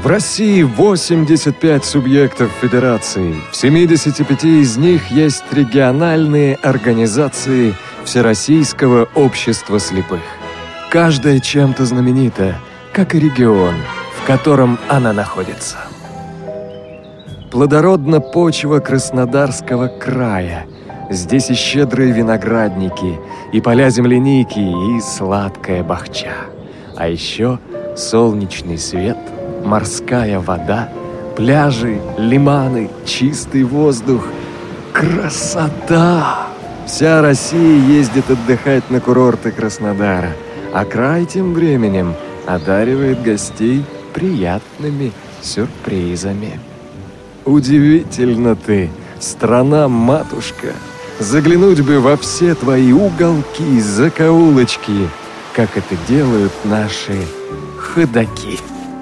В России 85 субъектов федерации. В 75 из них есть региональные организации Всероссийского общества слепых. Каждая чем-то знаменита, как и регион, в котором она находится. Плодородна почва Краснодарского края. Здесь и щедрые виноградники, и поля земляники, и сладкая бахча. А еще солнечный свет, морская вода, пляжи, лиманы, чистый воздух. Красота! Вся Россия ездит отдыхать на курорты Краснодара, а край тем временем одаривает гостей приятными сюрпризами. Удивительно ты, страна-матушка! Заглянуть бы во все твои уголки, закоулочки, как это делают наши ходаки.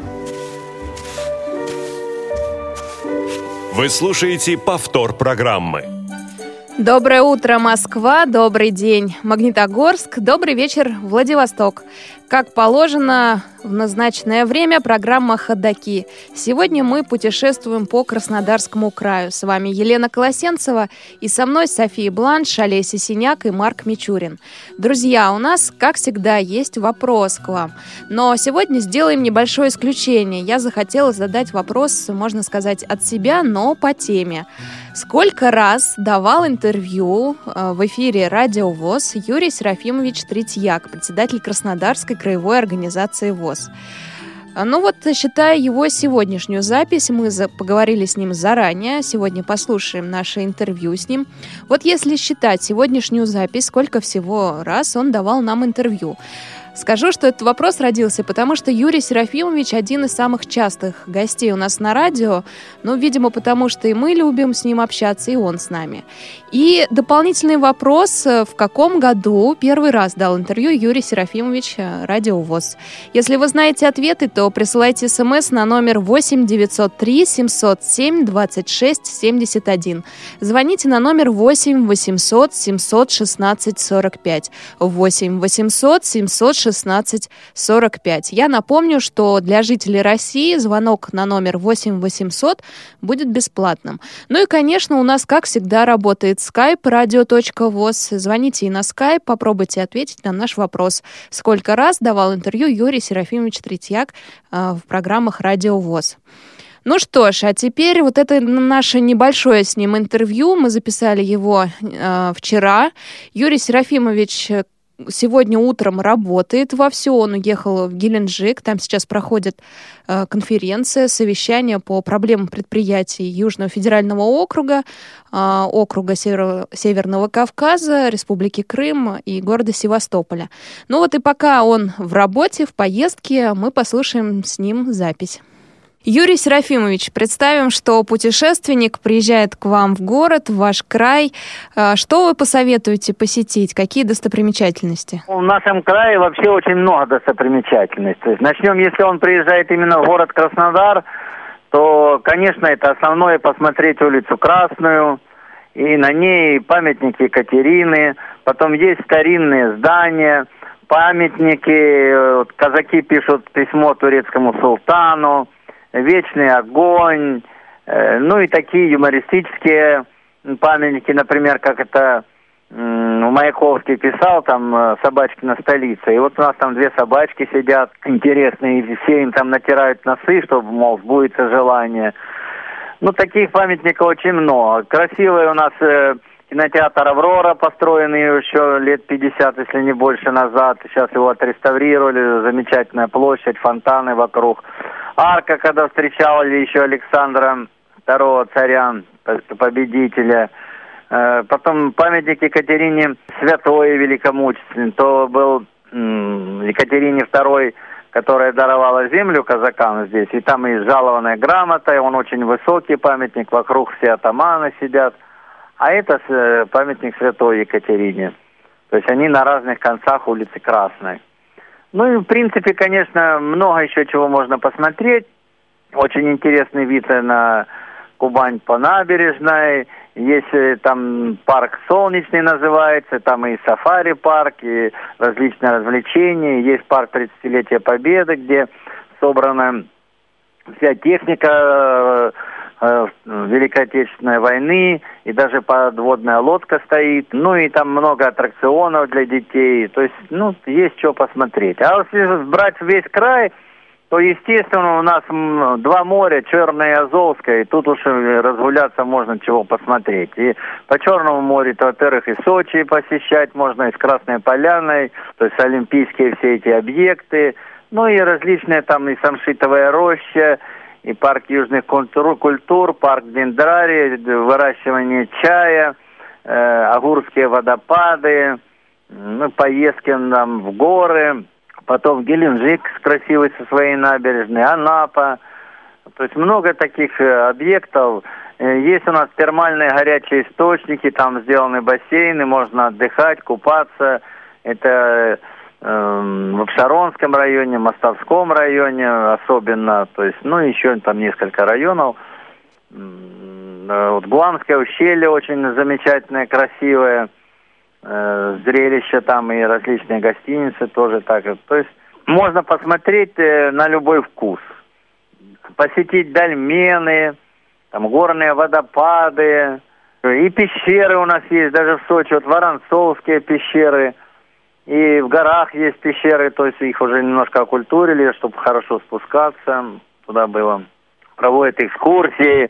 Вы слушаете повтор программы. Доброе утро, Москва, добрый день, Магнитогорск, добрый вечер, Владивосток. Как положено, в назначенное время программа «Ходоки». Сегодня мы путешествуем по Краснодарскому краю. С вами Елена Колосенцева и со мной София Бланш, Олеся Синяк и Марк Мичурин. Друзья, у нас, как всегда, есть вопрос к вам. Но сегодня сделаем небольшое исключение. Я захотела задать вопрос, можно сказать, от себя, но по теме. Сколько раз давал интервью в эфире «Радио ВОС» Юрий Серафимович Третьяк, председатель Краснодарской краевой организации ВОС? Ну вот, считая его сегодняшнюю запись, мы поговорили с ним заранее, сегодня послушаем наше интервью с ним. Вот если считать сегодняшнюю запись, сколько всего раз он давал нам интервью? Скажу, что этот вопрос родился, потому что Юрий Серафимович один из самых частых гостей у нас на радио, ну, видимо, потому что и мы любим с ним общаться, и он с нами. И дополнительный вопрос, в каком году первый раз дал интервью Юрий Серафимович Радио ВОС? Если вы знаете ответы, то присылайте смс на номер 8 903 707 26 71. Звоните на номер 8 800 716 45. 8 800 716 1645. Я напомню, что для жителей России звонок на номер 8 800 будет бесплатным. Ну и, конечно, у нас, как всегда, работает skype radio.voz. Звоните и на skype, попробуйте ответить на наш вопрос. Сколько раз давал интервью Юрий Серафимович Третьяк в программах «Радио ВОС»? Ну что ж, а теперь вот это наше небольшое с ним интервью. Мы записали его вчера. Юрий Серафимович сегодня утром работает вовсю, он уехал в Геленджик, там сейчас проходит конференция, совещание по проблемам предприятий Южного федерального округа, округа Северного Кавказа, Республики Крым и города Севастополя. Ну вот и пока он в работе, в поездке, мы послушаем с ним запись. Юрий Серафимович, представим, что путешественник приезжает к вам в город, в ваш край. Что вы посоветуете посетить? Какие достопримечательности? В нашем крае вообще очень много достопримечательностей. Начнем, если он приезжает именно в город Краснодар, то, конечно, это основное посмотреть улицу Красную, и на ней памятник Екатерины, потом есть старинные здания, памятники, казаки пишут письмо турецкому султану, «Вечный огонь», ну и такие юмористические памятники, например, как это Маяковский писал, там «Собачки на столице». И вот у нас там две собачки сидят интересные, и все им там натирают носы, чтобы, мол, сбудется желание. Ну, таких памятников очень много. Красивый у нас кинотеатр «Аврора», построенный еще лет 50, если не больше назад. Сейчас его отреставрировали, замечательная площадь, фонтаны вокруг. Арка, когда встречали еще Александра II, царя, победителя. Потом памятник Екатерине Святой Великомучительной. То был Екатерине II, которая даровала землю казакам здесь. И там и жалованная грамота, и он очень высокий памятник, вокруг все атаманы сидят. А это памятник Святой Екатерине. То есть они на разных концах улицы Красной. Ну и в принципе, конечно, много еще чего можно посмотреть. Очень интересный вид на Кубань по набережной. Есть там парк Солнечный называется, там и сафари-парк, и различные развлечения. Есть парк 30-летия Победы, где собраны вся техника Великой Отечественной войны, и даже подводная лодка стоит, ну и там много аттракционов для детей, то есть, есть что посмотреть. А если брать весь край, то, естественно, у нас два моря, Черное и Азовское, и тут уж разгуляться можно, чего посмотреть. И по Черному морю, во-первых, и Сочи посещать можно, и с Красной Поляной, то есть олимпийские все эти объекты, ну и различные там и Самшитовая роща, и парк южных культур, парк дендрарий, выращивание чая, Агурские водопады, поездки там в горы, потом Геленджик красивый со своей набережной, Анапа. То есть много таких объектов. Есть у нас термальные горячие источники, там сделаны бассейны, можно отдыхать, купаться. Это в Обшаронском районе, Мостовском районе особенно, то есть, еще там несколько районов. Вот Гуамское ущелье очень замечательное, красивое, зрелище там и различные гостиницы тоже так. То есть можно посмотреть на любой вкус. Посетить дольмены, там горные водопады, и пещеры у нас есть, даже в Сочи, вот Воронцовские пещеры. И в горах есть пещеры, то есть их уже немножко окультурили, чтобы хорошо спускаться туда было. Проводят экскурсии.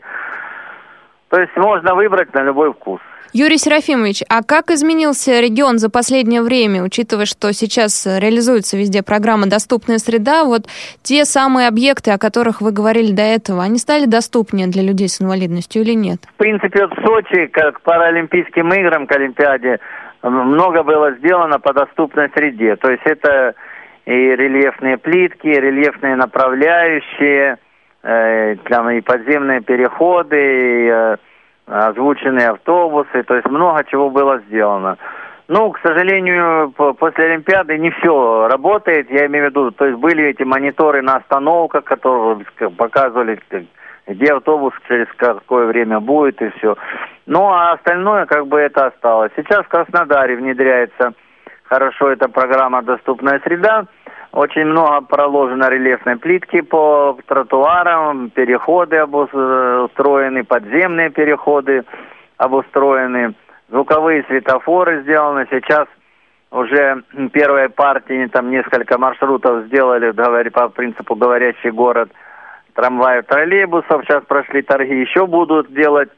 То есть можно выбрать на любой вкус. Юрий Серафимович, а как изменился регион за последнее время, учитывая, что сейчас реализуется везде программа «Доступная среда», вот те самые объекты, о которых вы говорили до этого, они стали доступнее для людей с инвалидностью или нет? В принципе, вот в Сочи, как к Паралимпийским играм, к Олимпиаде, много было сделано по доступной среде. То есть это и рельефные плитки, и рельефные направляющие, там и подземные переходы, и озвученные автобусы. То есть много чего было сделано. К сожалению, после Олимпиады не все работает. Я имею в виду, то есть были эти мониторы на остановках, которые показывали, где автобус через какое время будет и все. А остальное это осталось. Сейчас в Краснодаре внедряется хорошо эта программа «Доступная среда». Очень много проложено рельефной плитки по тротуарам, переходы обустроены, подземные переходы обустроены, звуковые светофоры сделаны. Сейчас уже первые партии, там несколько маршрутов сделали, по принципу «Говорящий город», трамваев, троллейбусов. Сейчас прошли торги, еще будут делать.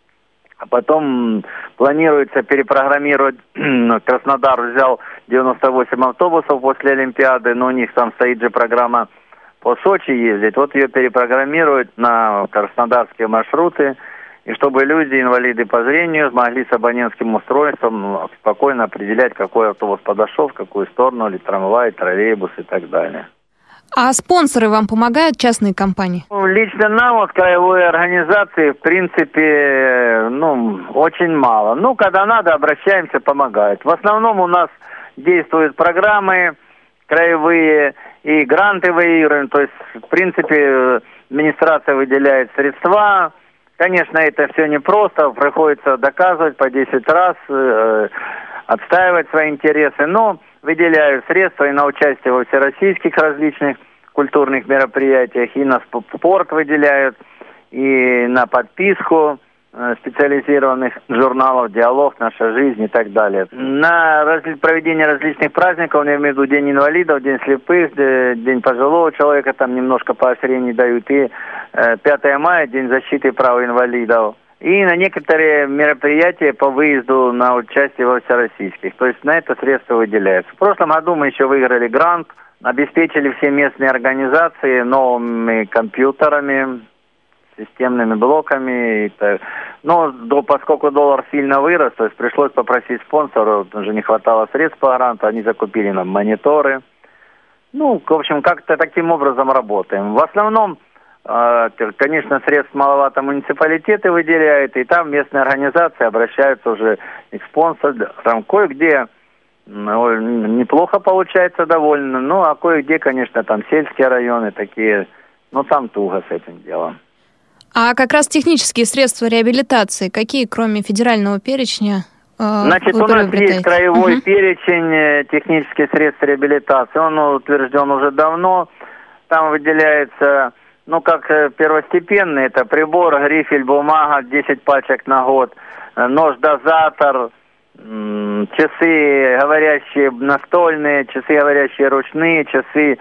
А потом планируется перепрограммировать. Краснодар взял 98 автобусов после Олимпиады, но у них там стоит же программа по Сочи ездить. Вот ее перепрограммируют на краснодарские маршруты, и чтобы люди, инвалиды по зрению, могли с абонентским устройством спокойно определять, какой автобус подошел, в какую сторону, или трамвай, троллейбус и так далее. А спонсоры вам помогают, частные компании? Лично нам, краевой организации, в принципе, очень мало. Когда надо, обращаемся, помогают. В основном у нас действуют программы краевые и гранты выигрываем. То есть, в принципе, администрация выделяет средства. Конечно, это все непросто, приходится доказывать по 10 раз, отстаивать свои интересы, но выделяют средства и на участие во всероссийских различных культурных мероприятиях, и на спорт выделяют, и на подписку специализированных журналов «Диалог», «Наша жизнь» и так далее. На проведение различных праздников, я имею в виду День инвалидов, День слепых, День пожилого человека, там немножко поощрений дают, и 5 мая, День защиты прав инвалидов. И на некоторые мероприятия по выезду на участие во всероссийских. То есть на это средства выделяются. В прошлом году мы еще выиграли грант, обеспечили все местные организации новыми компьютерами, системными блоками. Но поскольку доллар сильно вырос, то есть пришлось попросить спонсоров, уже не хватало средств по гранту, они закупили нам мониторы. В общем, как-то таким образом работаем. В основном, конечно, средств маловато муниципалитеты выделяют, и там местные организации обращаются уже и к спонсорам. Кое-где неплохо получается довольно, а кое-где, конечно, там сельские районы такие, там туго с этим делом. А как раз технические средства реабилитации, какие, кроме федерального перечня, Значит, у нас есть краевой перечень технических средств реабилитации. Он утвержден уже давно. Там выделяется ну, как первостепенные, это прибор, грифель, бумага, 10 пачек на год, нож-дозатор, часы говорящие настольные, часы говорящие ручные, часы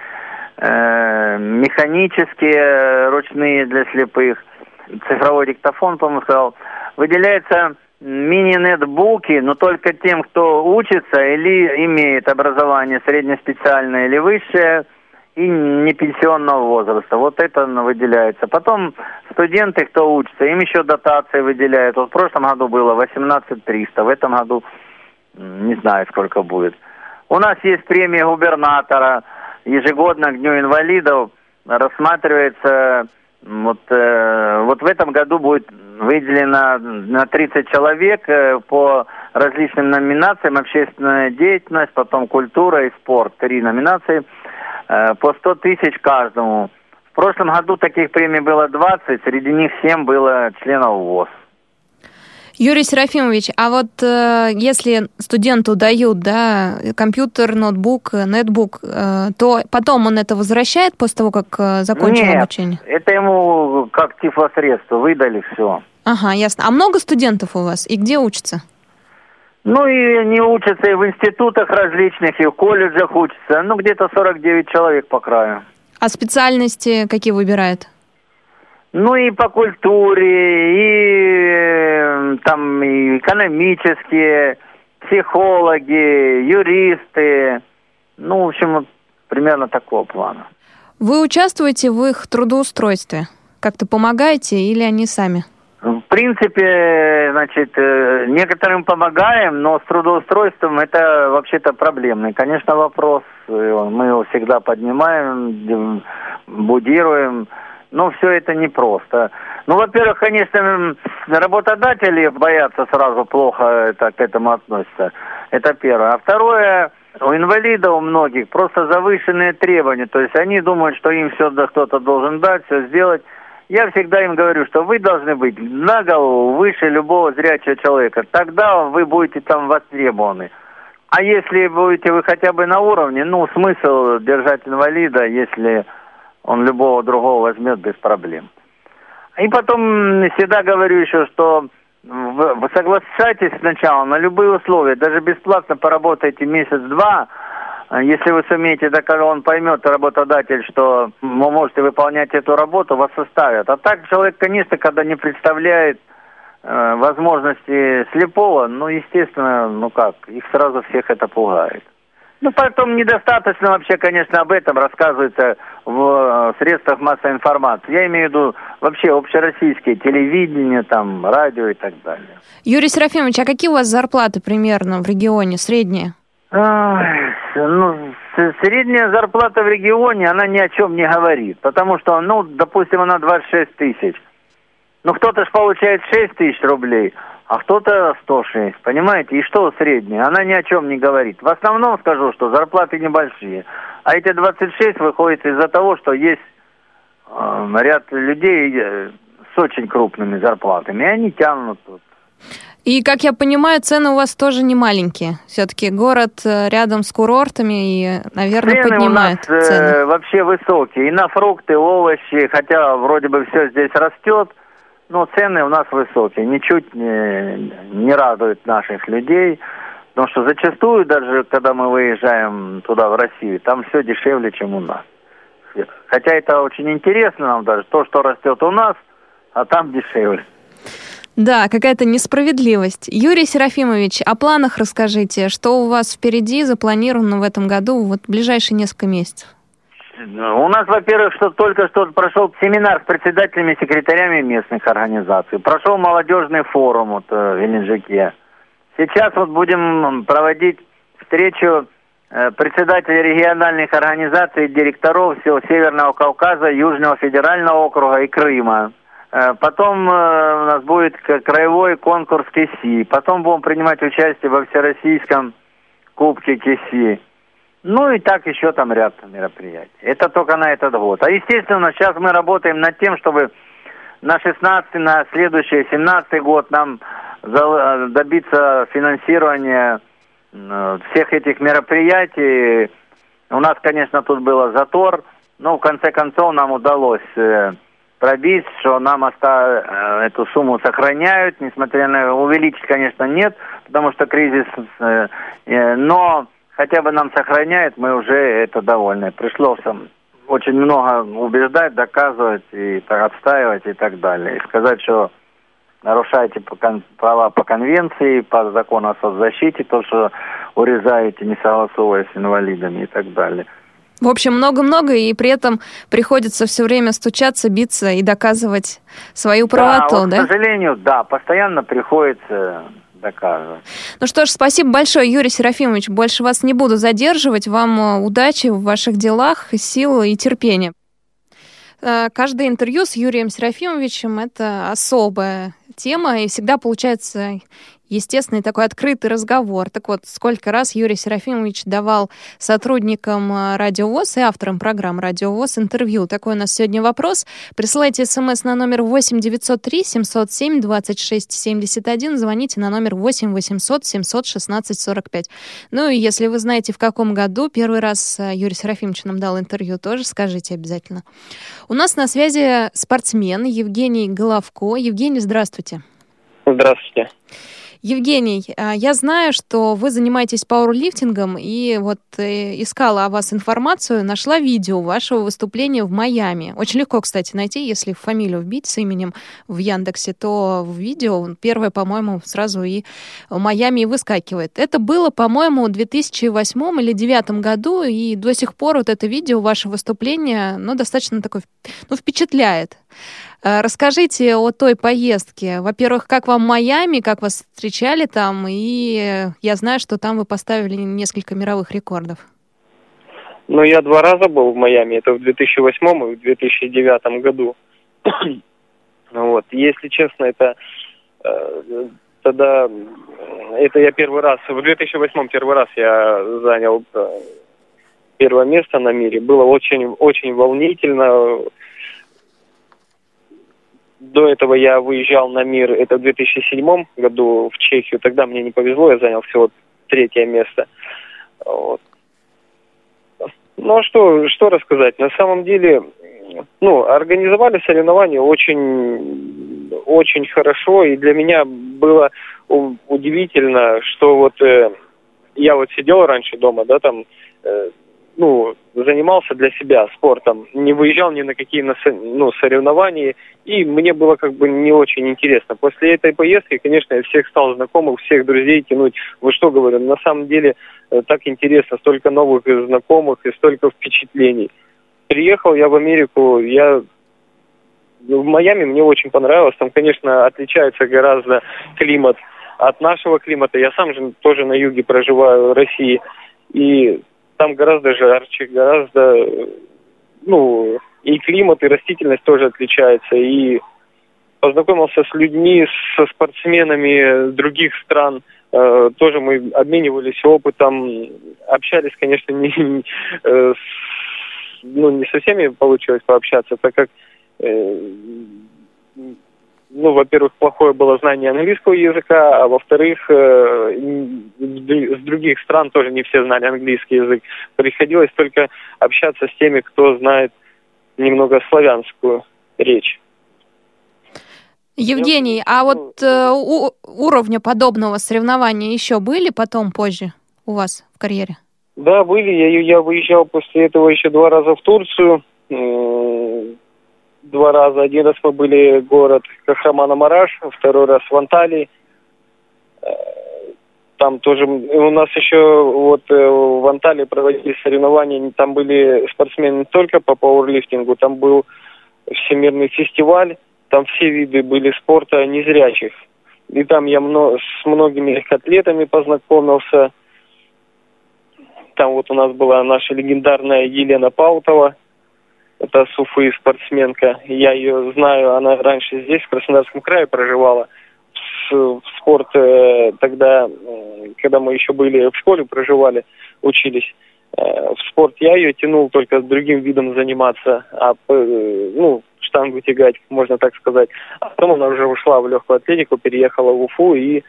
механические ручные для слепых, цифровой диктофон, по-моему, сказал. Выделяется мини-нетбуки, но только тем, кто учится или имеет образование среднеспециальное или высшее, и не пенсионного возраста. Вот это выделяется. Потом студенты, кто учится, им еще дотации выделяют. Вот в прошлом году было 18 300, в этом году не знаю, сколько будет. У нас есть премия губернатора. Ежегодно к Дню инвалидов рассматривается. Вот в этом году будет выделено на 30 человек по различным номинациям: общественная деятельность, потом культура и спорт. 3 номинации. По 100 тысяч каждому. В прошлом году таких премий было 20, среди них 7 было членов ВОЗ. Юрий Серафимович, а вот если студенту дают, да, компьютер, ноутбук, нетбук, то потом он это возвращает после того, как закончил обучение? Нет, это ему как тифлосредство, выдали все. Ага, ясно. А много студентов у вас? И где учатся? Ну и они учатся и в институтах различных, и в колледжах учатся. Ну, где-то 49 человек по краю. А специальности какие выбирают? Ну и по культуре, и там и экономические, психологи, юристы. Ну, в общем, вот примерно такого плана. Вы участвуете в их трудоустройстве? Как-то помогаете или они сами? В принципе, значит, некоторым помогаем, но с трудоустройством это вообще-то проблемный, конечно, вопрос. Мы его всегда поднимаем, будируем, но все это непросто. Ну, во-первых, конечно, работодатели боятся сразу, плохо к этому относятся. Это первое. А второе, у инвалидов у многих просто завышенные требования. То есть они думают, что им все кто-то должен дать, все сделать. Я всегда им говорю, что вы должны быть на голову выше любого зрячего человека. Тогда вы будете там востребованы. А если будете вы хотя бы на уровне, ну, смысл держать инвалида, если он любого другого возьмет без проблем. И потом всегда говорю еще, что вы соглашайтесь сначала на любые условия. Даже бесплатно поработайте месяц-два. Если вы сумеете, да, когда он поймет, работодатель, что вы можете выполнять эту работу, вас оставят. А так человек, конечно, когда не представляет возможности слепого, ну, естественно, ну как, их сразу всех это пугает. Ну, поэтому недостаточно вообще, конечно, об этом рассказывается в средствах массовой информации. Я имею в виду вообще общероссийские, телевидение, там, радио и так далее. Юрий Серафимович, а какие у вас зарплаты примерно в регионе, средние? Ну, средняя зарплата в регионе, она ни о чем не говорит. Потому что, ну, допустим, она 26 тысяч. Ну, кто-то ж получает 6 тысяч рублей, а кто-то 106, понимаете? И что средняя? Она ни о чем не говорит. В основном скажу, что зарплаты небольшие. А эти 26 выходят из-за того, что есть ряд людей с очень крупными зарплатами. И они тянут тут. И, как я понимаю, цены у вас тоже не маленькие. Все-таки город рядом с курортами и, наверное, поднимает цены. Цены вообще высокие. И на фрукты, овощи, хотя вроде бы все здесь растет, но цены у нас высокие. Ничуть не радуют наших людей. Потому что зачастую, даже когда мы выезжаем туда, в Россию, там все дешевле, чем у нас. Хотя это очень интересно нам даже. То, что растет у нас, а там дешевле. Да, какая-то несправедливость. Юрий Серафимович, о планах расскажите. Что у вас впереди запланировано в этом году, вот в ближайшие несколько месяцев? У нас, во-первых, только что прошел семинар с председателями и секретарями местных организаций. Прошел молодежный форум вот, в Геленджике. Сейчас вот будем проводить встречу председателей региональных организаций, директоров всего Северного Кавказа, Южного федерального округа и Крыма. Потом у нас будет краевой конкурс КИСИ. Потом будем принимать участие во всероссийском кубке КИСИ. Ну и так еще там ряд мероприятий. Это только на этот год. А естественно, сейчас мы работаем над тем, чтобы на 16-й, на следующий 17-й год нам добиться финансирования всех этих мероприятий. У нас, конечно, тут был затор. в конце концов нам удалось пробить, что нам эту сумму сохраняют, несмотря на увеличить, конечно, нет, потому что кризис, но хотя бы нам сохраняют, мы уже это довольны. Пришлось очень много убеждать, доказывать и отстаивать и так далее. И сказать, что нарушаете права по конвенции, по закону о соцзащите, то, что урезаете, не согласовываясь с инвалидами и так далее. В общем, много-много, и при этом приходится все время стучаться, биться и доказывать свою правоту, да? К сожалению, постоянно приходится доказывать. Ну что ж, спасибо большое, Юрий Серафимович. Больше вас не буду задерживать. Вам удачи в ваших делах, сил и терпения. Каждое интервью с Юрием Серафимовичем — это особая тема, и всегда получается естественный такой открытый разговор. Так вот, сколько раз Юрий Серафимович давал сотрудникам Радио ВОС и авторам программ Радио ВОС интервью. Такой у нас сегодня вопрос. Присылайте смс на номер 8 903 707 26 71. Звоните на номер 8 800 716 45. Ну и если вы знаете, в каком году первый раз Юрий Серафимович нам дал интервью, тоже скажите обязательно. У нас на связи спортсмен Евгений Головко. Евгений, здравствуйте. Здравствуйте. Евгений, я знаю, что вы занимаетесь пауэрлифтингом, и вот искала о вас информацию, нашла видео вашего выступления в Майами. Очень легко, кстати, найти, если фамилию вбить с именем в Яндексе, то в видео первое, по-моему, сразу и в Майами и выскакивает. Это было, по-моему, в 2008 или 2009 году, и до сих пор вот это видео, ваше выступление, достаточно такое, впечатляет. Расскажите о той поездке. Во-первых, как вам Майами, как вас встречали там, и я знаю, что там вы поставили несколько мировых рекордов. Я 2 раза был в Майами, это в 2008 и в 2009 году. Если честно, это я первый раз, в 2008 первый раз я занял первое место на мире. Было очень, очень волнительно. До этого я выезжал на мир, это в 2007 году в Чехию. Тогда мне не повезло, я занял всего 3-е место. Что рассказать? На самом деле, организовали соревнования очень, очень хорошо. И для меня было удивительно, что я сидел раньше дома, занимался для себя спортом, не выезжал ни на какие соревнования, и мне было не очень интересно. После этой поездки, конечно, я всех стал знакомых, всех друзей тянуть. Вы что, говорю, на самом деле так интересно, столько новых знакомых и столько впечатлений. Приехал я в Америку, в Майами мне очень понравилось, там, конечно, отличается гораздо климат от нашего климата. Я сам же тоже на юге проживаю, России, и там гораздо жарче, гораздо, и климат, и растительность тоже отличается. И познакомился с людьми, со спортсменами других стран. Тоже мы обменивались опытом, общались, конечно, не со всеми получилось пообщаться, так как, во-первых, плохое было знание английского языка, а во-вторых, с других стран тоже не все знали английский язык. Приходилось только общаться с теми, кто знает немного славянскую речь. Евгений, уровня подобного соревнования еще были позже у вас в карьере? Да, были. Я выезжал после этого еще 2 раза в Турцию. 2 раза. 1 раз мы были в город Кахраман-Мараш, 2 раз в Анталии. Там тоже у нас еще в Анталии проводились соревнования. Там были спортсмены не только по пауэрлифтингу, там был всемирный фестиваль, там все виды были спорта незрячих. И там я с многими легкоатлетами познакомился. Там у нас была наша легендарная Елена Паутова. Это с Уфы спортсменка. Я ее знаю, она раньше здесь, в Краснодарском крае, проживала. В спорт тогда, когда мы еще были в школе, проживали, учились. В спорт я ее тянул только с другим видом заниматься, штангу тягать, можно так сказать. А потом она уже ушла в легкую атлетику, переехала в Уфу и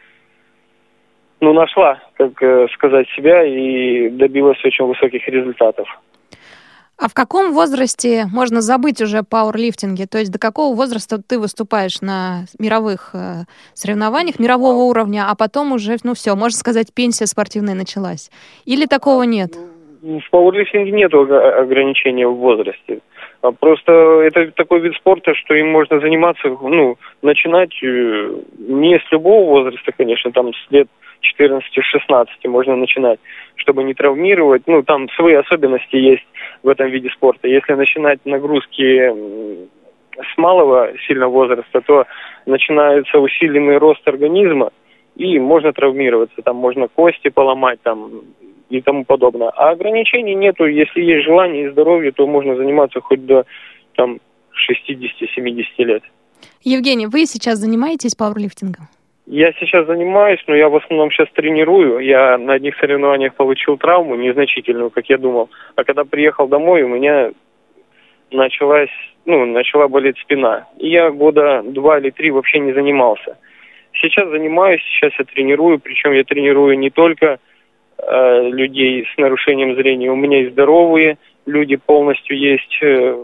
нашла, себя и добилась очень высоких результатов. А в каком возрасте можно забыть уже о пауэрлифтинге? То есть до какого возраста ты выступаешь на мировых соревнованиях мирового уровня, а потом уже, все, можно сказать, пенсия спортивная началась? Или такого нет? В пауэрлифтинге нет ограничения в возрасте. Просто это такой вид спорта, что им можно заниматься, начинать не с любого возраста, конечно, там с лет 14-16 можно начинать, чтобы не травмировать. Там свои особенности есть в этом виде спорта. Если начинать нагрузки с малого сильного возраста, то начинается усиленный рост организма, и можно травмироваться. Там можно кости поломать, и тому подобное. А ограничений нету. Если есть желание и здоровье, то можно заниматься хоть до 60-70 лет. Евгений, вы сейчас занимаетесь пауэрлифтингом? Я сейчас занимаюсь, но я в основном сейчас тренирую. Я на одних соревнованиях получил травму, незначительную, как я думал. А когда приехал домой, у меня начала болеть спина. И я года 2 или 3 вообще не занимался. Сейчас занимаюсь, сейчас я тренирую. Причем я тренирую не только людей с нарушением зрения. У меня и здоровые люди полностью есть.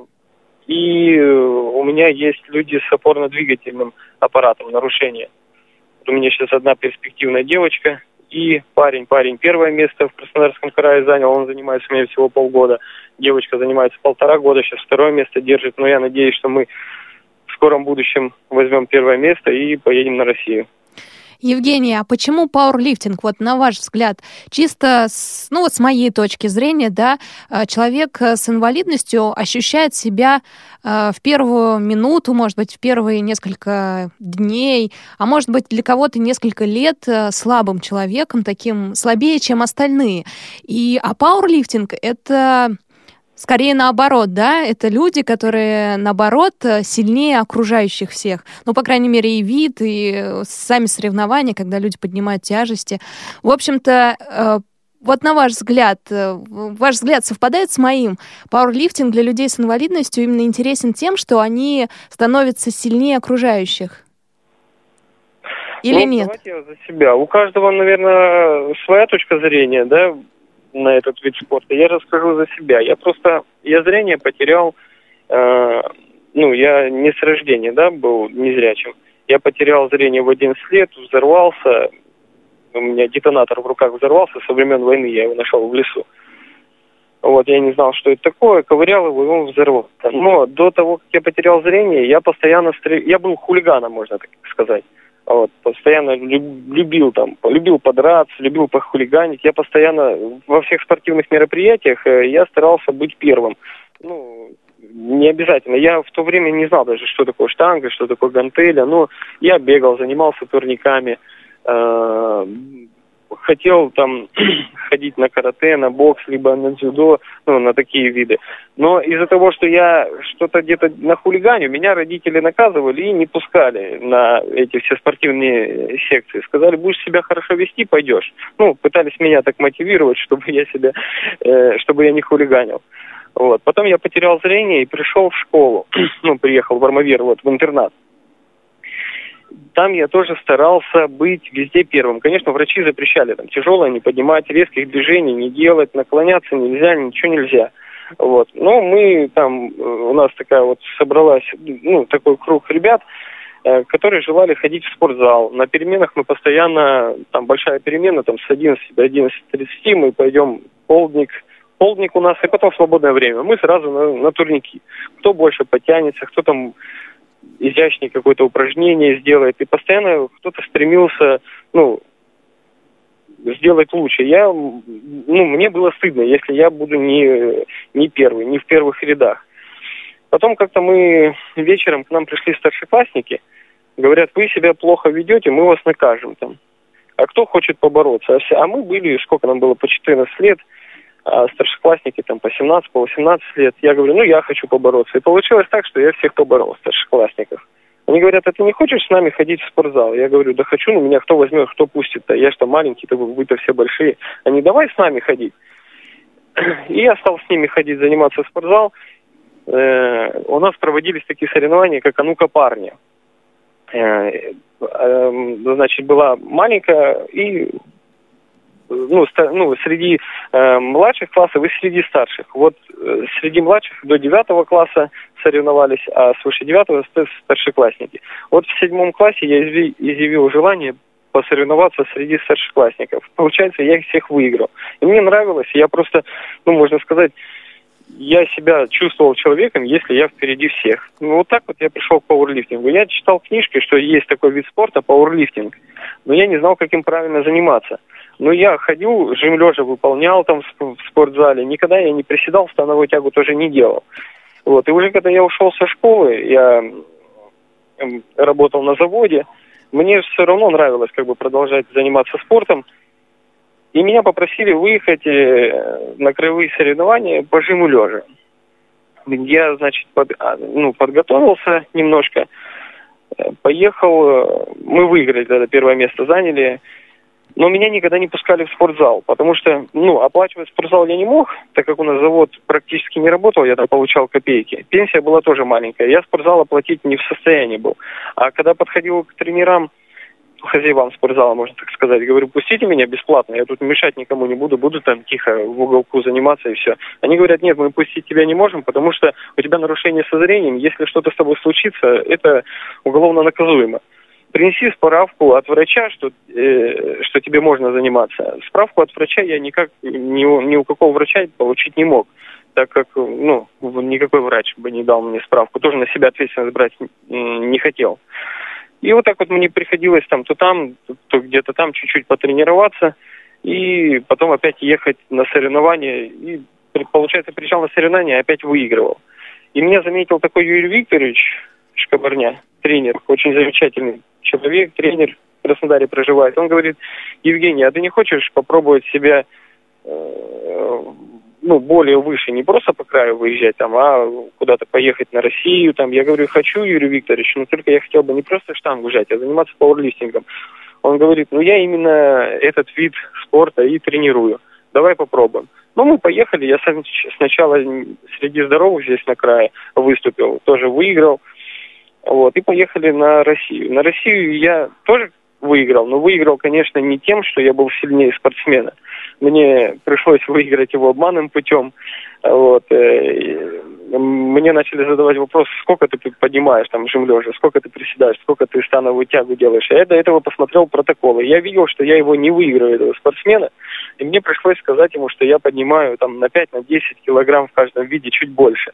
И у меня есть люди с опорно-двигательным аппаратом нарушения. У меня сейчас одна перспективная девочка и парень первое место в Краснодарском крае занял, он занимается у меня всего полгода. Девочка занимается 1,5 года, сейчас 2 место держит, но я надеюсь, что мы в скором будущем возьмем 1 место и поедем на Россию. Евгений, а почему пауэрлифтинг, на ваш взгляд, чисто с моей точки зрения, человек с инвалидностью ощущает себя в первую минуту, может быть, в первые несколько дней, а может быть, для кого-то несколько лет слабым человеком, таким слабее, чем остальные. А пауэрлифтинг — это... Скорее наоборот, это люди, которые, наоборот, сильнее окружающих всех. По крайней мере, и вид, и сами соревнования, когда люди поднимают тяжести. В общем-то, на ваш взгляд совпадает с моим. Пауэрлифтинг для людей с инвалидностью именно интересен тем, что они становятся сильнее окружающих. Или нет? Давайте я за себя. У каждого, наверное, своя точка зрения, на этот вид спорта. Я расскажу за себя. Я зрение потерял, я не с рождения, был незрячим. Я потерял зрение в 11 лет, взорвался, у меня детонатор в руках взорвался, со времен войны я его нашел в лесу. Я не знал, что это такое, ковырял его, и он взорвался. Но до того, как я потерял зрение, я постоянно я был хулиганом, можно так сказать. Постоянно любил подраться, любил похулиганить. Я постоянно во всех спортивных мероприятиях я старался быть первым. Не обязательно. Я в то время не знал даже, что такое штанга, что такое гантеля. Но я бегал, занимался турниками. Хотел ходить на карате, на бокс, либо на дзюдо, на такие виды. Но из-за того, что я что-то где-то нахулиганю, меня родители наказывали и не пускали на эти все спортивные секции. Сказали, будешь себя хорошо вести, пойдешь. Пытались меня так мотивировать, чтобы я не хулиганил. Потом я потерял зрение и пришел в школу. Приехал в Армавир, в интернат. Там я тоже старался быть везде первым. Конечно, врачи запрещали тяжелое не поднимать, резких движений не делать, наклоняться нельзя, ничего нельзя. Но мы у нас такая собралась, такой круг ребят, которые желали ходить в спортзал. На переменах мы постоянно, большая перемена, с 11 до 11:30 мы пойдем полдник у нас, и потом свободное время. Мы сразу на турники. Кто больше потянется, кто изящнее какое-то упражнение сделает. И постоянно кто-то стремился, сделать лучше. Мне было стыдно, если я буду не первый, не в первых рядах. Потом как-то мы вечером к нам пришли старшеклассники, говорят, вы себя плохо ведете, мы вас накажем А кто хочет побороться? А мы были, сколько нам было, по 14 лет, а старшеклассники по 17, по 18 лет. Я говорю, я хочу побороться. И получилось так, что я всех поборол, старшеклассников. Они говорят, а ты не хочешь с нами ходить в спортзал? Я говорю, да хочу, но меня кто возьмет, кто пустит-то? Я что маленький, вы-то все большие. Они, давай с нами ходить. И я стал с ними ходить, заниматься в спортзал. У нас проводились такие соревнования, как «А ну-ка, парни». Была маленькая и среди младших классов и среди старших. Вот среди младших до 9 класса соревновались, а свыше 9 старшеклассники. Вот в 7 классе я изъявил желание посоревноваться среди старшеклассников. Получается, я их всех выиграл. И мне нравилось, я просто, можно сказать, я себя чувствовал человеком, если я впереди всех. Вот так вот я пришел к пауэрлифтингу. Я читал книжки, что есть такой вид спорта, пауэрлифтинг, но я не знал, как им правильно заниматься. Но я ходил, жим лежа выполнял там в спортзале, никогда я не приседал, становую тягу тоже не делал. Вот. И уже когда я ушел со школы, я работал на заводе, мне все равно нравилось продолжать заниматься спортом. И меня попросили выехать на краевые соревнования по жиму лежа. Я, подготовился немножко, поехал, мы выиграли тогда, 1 место заняли, но меня никогда не пускали в спортзал, потому что, оплачивать спортзал я не мог, так как у нас завод практически не работал, я там получал копейки. Пенсия была тоже маленькая, я спортзал оплатить не в состоянии был. А когда подходил к тренерам, хозяевам спортзала, можно так сказать, говорю, пустите меня бесплатно, я тут мешать никому не буду там тихо в уголку заниматься и все. Они говорят, нет, мы пустить тебя не можем, потому что у тебя нарушение со зрением, если что-то с тобой случится, это уголовно наказуемо. Принеси справку от врача, что тебе можно заниматься. Справку от врача я никак ни у какого врача получить не мог, так как, никакой врач бы не дал мне справку, тоже на себя ответственность брать не хотел. И вот так вот мне приходилось то где-то там чуть-чуть потренироваться, и потом опять ехать на соревнования. И, получается, приезжал на соревнования и опять выигрывал. И меня заметил такой Юрий Викторович Шкабарня, тренер, очень замечательный человек, тренер, в Краснодаре проживает. Он говорит, Евгений, а ты не хочешь попробовать себя более выше, не просто по краю выезжать а куда-то поехать на Россию Я говорю, хочу, Юрий Викторович, но только я хотел бы не просто штангу жать, а заниматься пауэрлифтингом. Он говорит, я именно этот вид спорта и тренирую. Давай попробуем. Мы поехали, я сначала среди здоровых здесь на крае выступил, тоже выиграл. И поехали на Россию. На Россию я тоже выиграл, но выиграл, конечно, не тем, что я был сильнее спортсмена. Мне пришлось выиграть его обманным путем. Мне начали задавать вопрос, сколько ты поднимаешь жим лежа, сколько ты приседаешь, сколько ты становую тягу делаешь. Я до этого посмотрел протоколы. Я видел, что я его не выиграю, этого спортсмена, и мне пришлось сказать ему, что я поднимаю на 5-10 килограмм в каждом виде, чуть больше.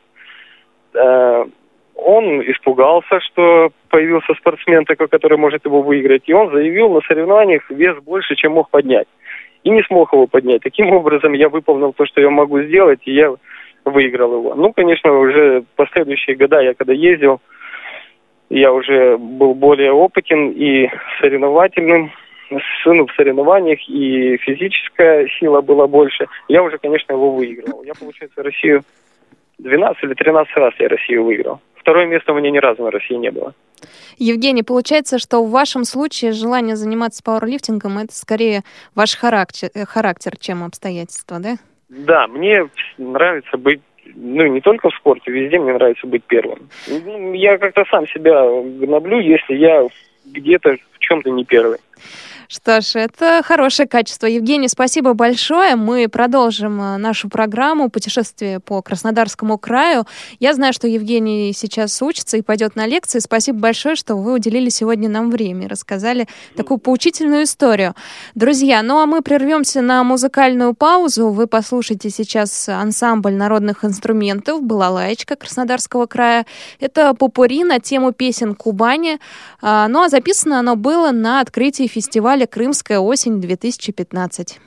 Он испугался, что появился спортсмен такой, который может его выиграть, и он заявил на соревнованиях вес больше, чем мог поднять. И не смог его поднять. Таким образом, я выполнил то, что я могу сделать, и я выиграл его. Конечно, уже последующие года, я когда ездил, я уже был более опытен и соревновательным, в соревнованиях, и физическая сила была больше. Я уже, конечно, его выиграл. Я, получается, Россию 12 или 13 раз я Россию выиграл. 2 место у меня ни разу на России не было. Евгений, получается, что в вашем случае желание заниматься пауэрлифтингом — это скорее ваш характер, чем обстоятельства, да? Да, мне нравится быть, не только в спорте, везде мне нравится быть первым. Я как-то сам себя гноблю, если я где-то в чем-то не первый. Что ж, это хорошее качество. Евгений, спасибо большое. Мы продолжим нашу программу «Путешествие по Краснодарскому краю». Я знаю, что Евгений сейчас учится и пойдет на лекции. Спасибо большое, что вы уделили сегодня нам время и рассказали такую поучительную историю. Друзья, а мы прервемся на музыкальную паузу. Вы послушаете сейчас ансамбль народных инструментов «Балалаечка» Краснодарского края. Это попурри на тему песен Кубани. А записано оно было на открытии фестиваля «Крымская осень-2015».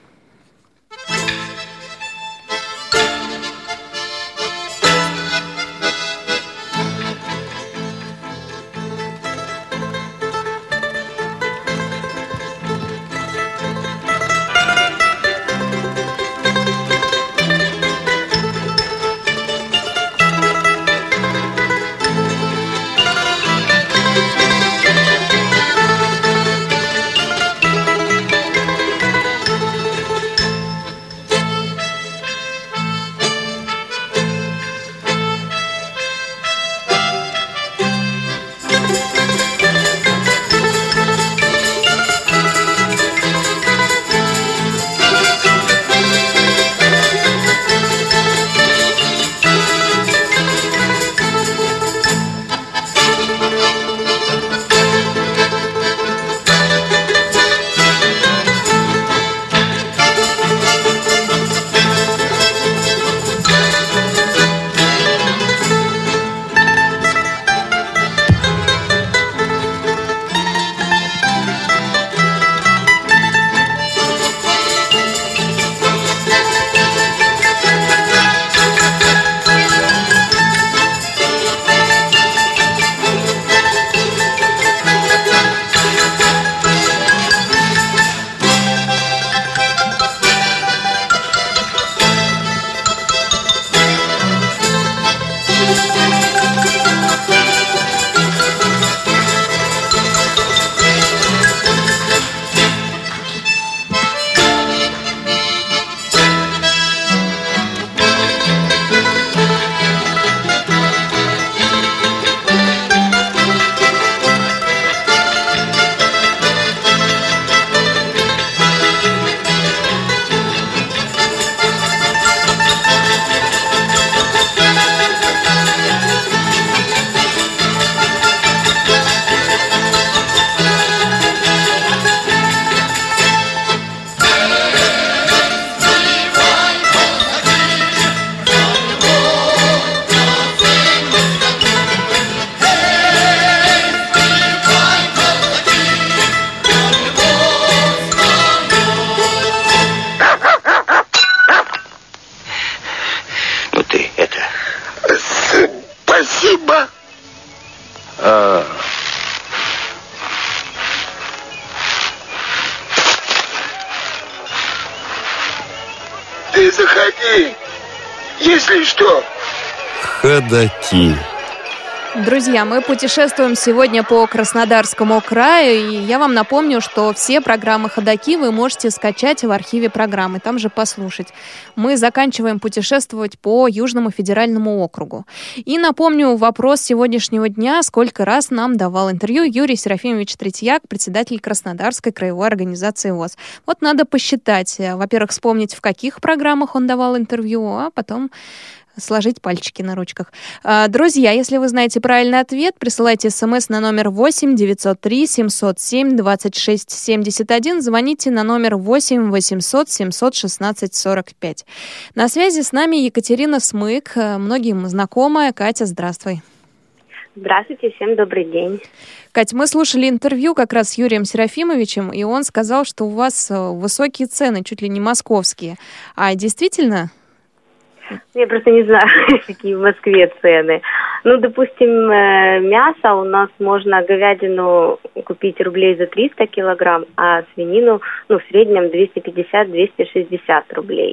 Ходоки. Друзья, мы путешествуем сегодня по Краснодарскому краю, и я вам напомню, что все программы «Ходоки» вы можете скачать в архиве программы, там же послушать. Мы заканчиваем путешествовать по Южному федеральному округу. И напомню вопрос сегодняшнего дня: сколько раз нам давал интервью Юрий Серафимович Третьяк, председатель Краснодарской краевой организации ВОС. Вот надо посчитать, во-первых, вспомнить, в каких программах он давал интервью, а потом сложить пальчики на ручках. Друзья, если вы знаете правильный ответ, присылайте смс на номер 8 903 707 26 71, звоните на номер 8 800 716 45. На связи с нами Екатерина Смык, многим знакомая. Катя, здравствуй. Здравствуйте, всем добрый день. Кать, мы слушали интервью как раз с Юрием Серафимовичем, и он сказал, что у вас высокие цены, чуть ли не московские. А действительно? Я просто не знаю, какие в Москве цены. Ну, допустим, мясо у нас можно говядину купить рублей за 300 килограмм, а свинину, в среднем 250-260 рублей.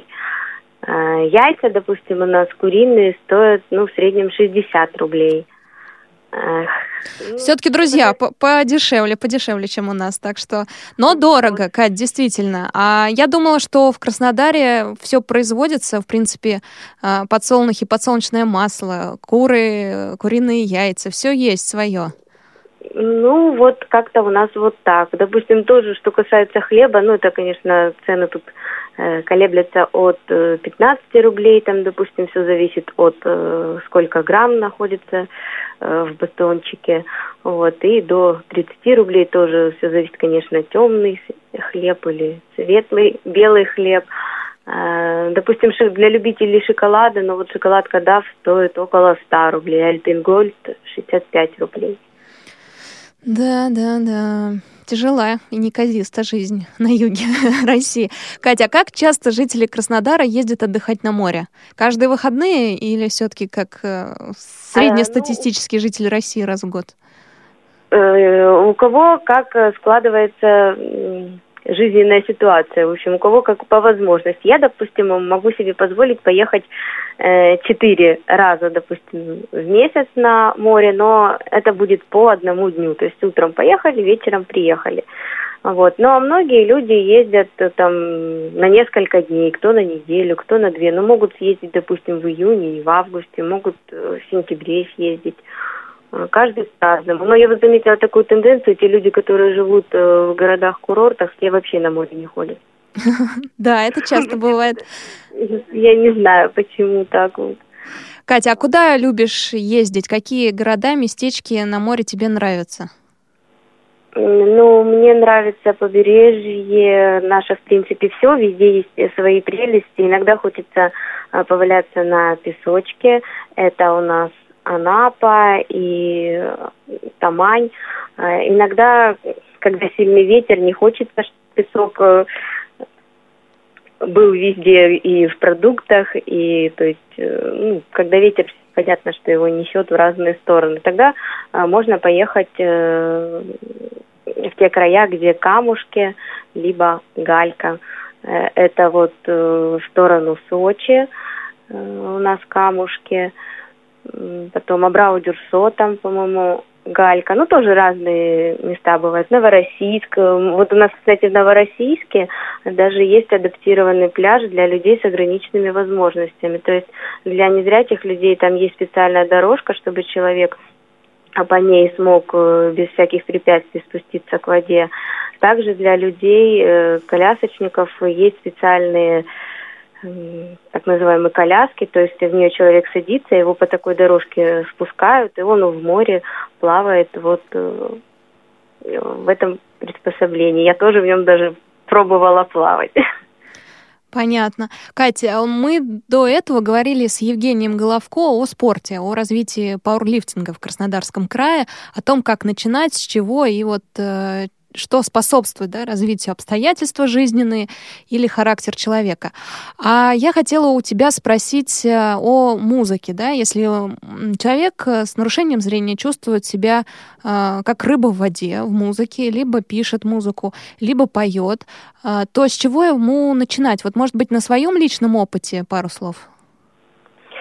Яйца, допустим, у нас куриные стоят, в среднем 60 рублей. Все-таки, друзья, подешевле, чем у нас, так что... Но дорого, Кать, действительно. А я думала, что в Краснодаре все производится, в принципе, подсолнухи, подсолнечное масло, куриные яйца, все есть свое. Вот как-то у нас вот так. Допустим, тоже, что касается хлеба, это, конечно, цены тут колеблятся от 15 рублей, там, допустим, все зависит от сколько грамм находится в батончике, и до 30 рублей тоже все зависит, конечно, темный хлеб или светлый, белый хлеб. Допустим, для любителей шоколада, шоколадка DAF стоит около 100 рублей, Альпенгольд 65 рублей. Да. Тяжелая и неказиста жизнь на юге России. Катя, а как часто жители Краснодара ездят отдыхать на море? Каждые выходные или все-таки как среднестатистический житель России раз в год? У кого как складывается жизненная ситуация, в общем, у кого как по возможности. Я, допустим, могу себе позволить поехать 4 раза, допустим, в месяц на море, но это будет по одному дню, то есть утром поехали, вечером приехали. Ну, а многие люди ездят там на несколько дней, кто на неделю, кто на 2, могут съездить, допустим, в июне и в августе, могут в сентябре съездить. Каждый по-разному. Но я заметила такую тенденцию, те люди, которые живут в городах-курортах, все вообще на море не ходят. Да, это часто бывает. Я не знаю, почему так вот. Катя, а куда любишь ездить? Какие города, местечки на море тебе нравятся? Мне нравится побережье, наше, в принципе, все. Везде есть свои прелести. Иногда хочется поваляться на песочке. Это у нас Анапа и Тамань. Иногда, когда сильный ветер, не хочется, чтобы песок был везде и в продуктах, и то есть, когда ветер, понятно, что его несет в разные стороны. Тогда можно поехать в те края, где камушки, либо галька. Это в сторону Сочи у нас камушки. Потом Абрау-Дюрсо, там, по-моему, галька. Тоже разные места бывают. Новороссийск. У нас, кстати, в Новороссийске даже есть адаптированный пляж для людей с ограниченными возможностями. То есть для незрячих людей там есть специальная дорожка, чтобы человек по ней смог без всяких препятствий спуститься к воде. Также для людей, колясочников, есть специальные так называемые коляски, то есть в нее человек садится, его по такой дорожке спускают, и он в море плавает в этом приспособлении. Я тоже в нем даже пробовала плавать. Понятно. Катя, мы до этого говорили с Евгением Головко о спорте, о развитии пауэрлифтинга в Краснодарском крае, о том, как начинать, с чего и что способствует развитию обстоятельства жизненные или характер человека. А я хотела у тебя спросить о музыке. Если человек с нарушением зрения чувствует себя как рыба в воде в музыке, либо пишет музыку, либо поет, то с чего ему начинать? Может быть, на своем личном опыте пару слов?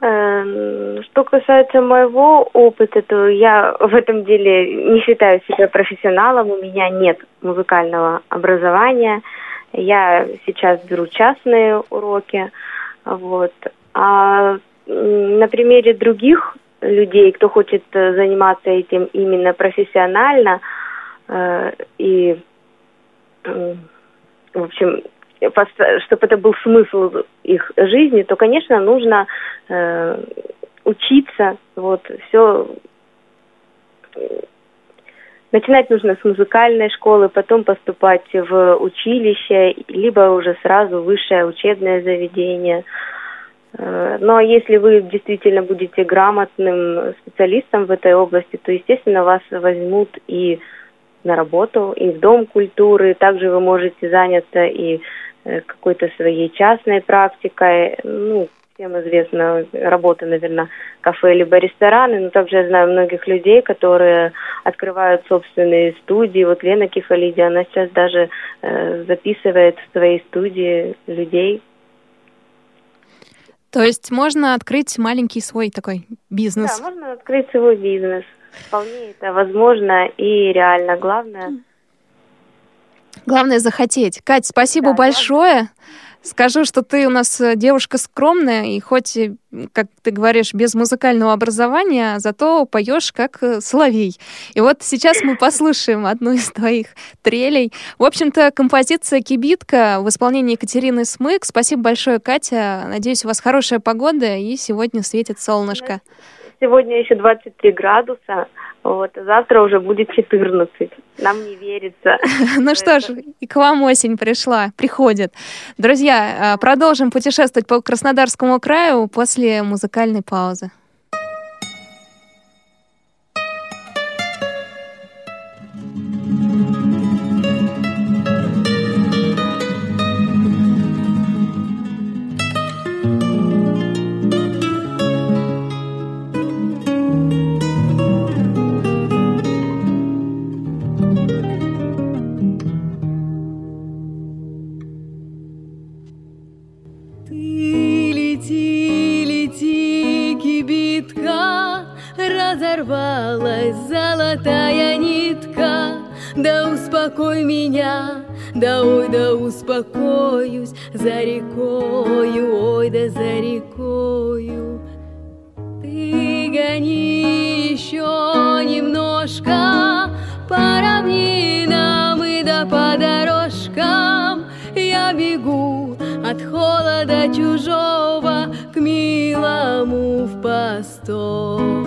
Что касается моего опыта, то я в этом деле не считаю себя профессионалом, у меня нет музыкального образования. Я сейчас беру частные уроки. Вот. А на примере других людей, кто хочет заниматься этим именно профессионально, и, в общем, чтобы это был смысл их жизни, то, конечно, нужно учиться, вот, все. Начинать нужно с музыкальной школы, потом поступать в училище, либо уже сразу в высшее учебное заведение. Ну, а если вы действительно будете грамотным специалистом в этой области, то, естественно, вас возьмут и на работу, и в Дом культуры. Также вы можете заняться и какой-то своей частной практикой. Ну, всем известна работа, наверное, кафе либо рестораны, но также я знаю многих людей, которые открывают собственные студии. Вот Лена Кифалиди, она сейчас даже записывает в своей студии людей. То есть можно открыть маленький свой такой бизнес? Да, можно открыть свой бизнес. Вполне это возможно и реально. Главное захотеть. Кать, спасибо большое. Скажу, что ты у нас девушка скромная, и хоть, как ты говоришь, без музыкального образования, зато поешь как соловей. И вот сейчас мы послушаем одну из твоих трелей. В общем-то, композиция «Кибитка» в исполнении Екатерины Смык. Спасибо большое, Катя. Надеюсь, у вас хорошая погода, и сегодня светит солнышко. Сегодня еще 23 градуса, вот, а завтра уже будет 14. Нам не верится. Ну что ж, и к вам осень приходит. Друзья, продолжим путешествовать по Краснодарскому краю после музыкальной паузы. Разорвалась золотая нитка, да успокой меня, да ой, да успокоюсь за рекою, ой, да за рекою. Ты гони еще немножко по равнинам и да по дорожкам. Я бегу от холода чужого к милому в постой.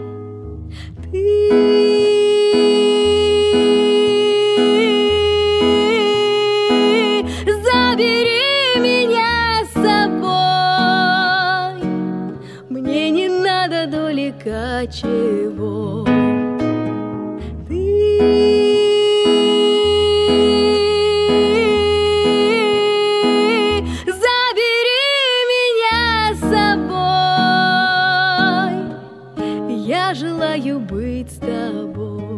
Забери меня с собой, мне не надо далека чего. Желаю быть с тобой.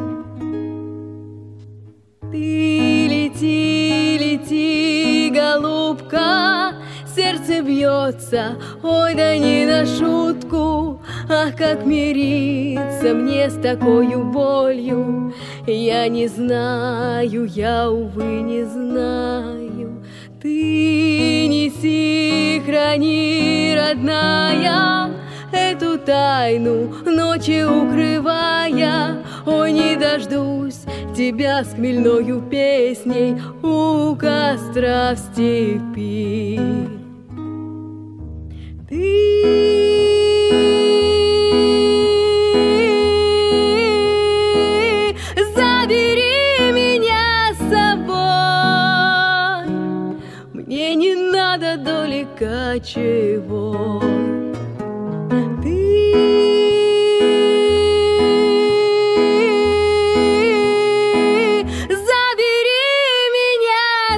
Ты лети, лети, голубка, сердце бьется, ой, да не на шутку. Ах, как мириться мне с такою болью, я не знаю, я, увы, не знаю. Ты неси, храни, родная, эту тайну ночи укрывая. Ой, не дождусь тебя с хмельною песней у костра в степи. Ты забери меня с собой, мне не надо далека чего.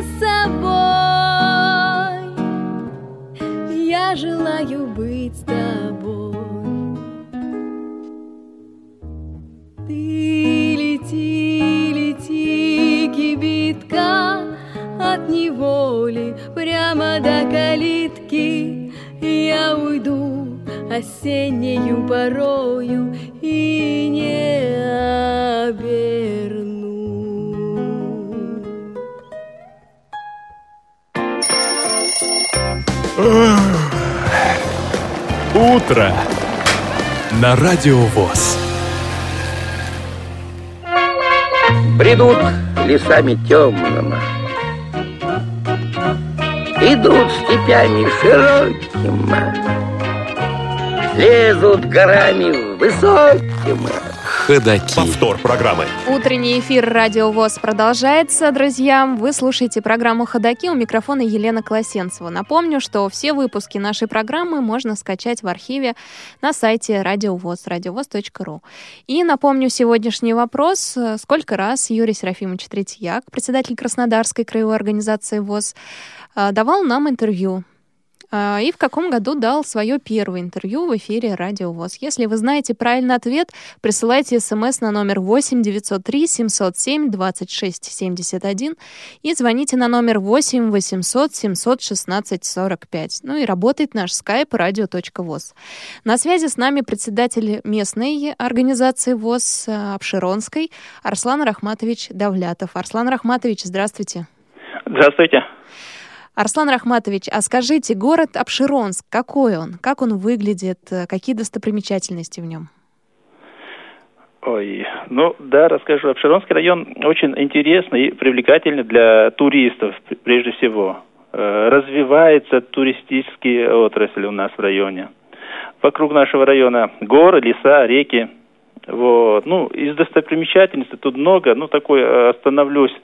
Желаю быть с тобой. осеннею порою и не оберну. Утро на Радио ВОС. Бредут лесами темными, идут степями широкими, лезут горами высокими. Ходаки. Повтор программы. Утренний эфир Радио ВОС продолжается, друзья. Вы слушаете программу «Ходаки», у микрофона Елена Колосенцева. Напомню, что все выпуски нашей программы можно скачать в архиве на сайте Радио ВОС, radiovoz.ru. И напомню сегодняшний вопрос. Сколько раз Юрий Серафимович Третьяк, председатель Краснодарской краевой организации ВОС, давал нам интервью? И в каком году дал свое первое интервью в эфире Радио ВОС? Если вы знаете правильный ответ, присылайте смс на номер 8 903 707 26 71 и звоните на номер 8 800 716 45. Ну и работает наш скайп radio.voz. На связи с нами председатель местной организации ВОС Апшеронской Арслан Рахматович Давлятов. Арслан Рахматович, здравствуйте. Здравствуйте. Арслан Рахматович, а скажите, город Апшеронск, какой он? Как он выглядит? Какие достопримечательности в нем? Ой, ну да, расскажу. Апшеронский район очень интересный и привлекательный для туристов, прежде всего. Развивается туристические отрасли у нас в районе. Вокруг нашего района горы, леса, реки. Вот. Ну, из достопримечательностей тут много. Ну, такой остановлюсь.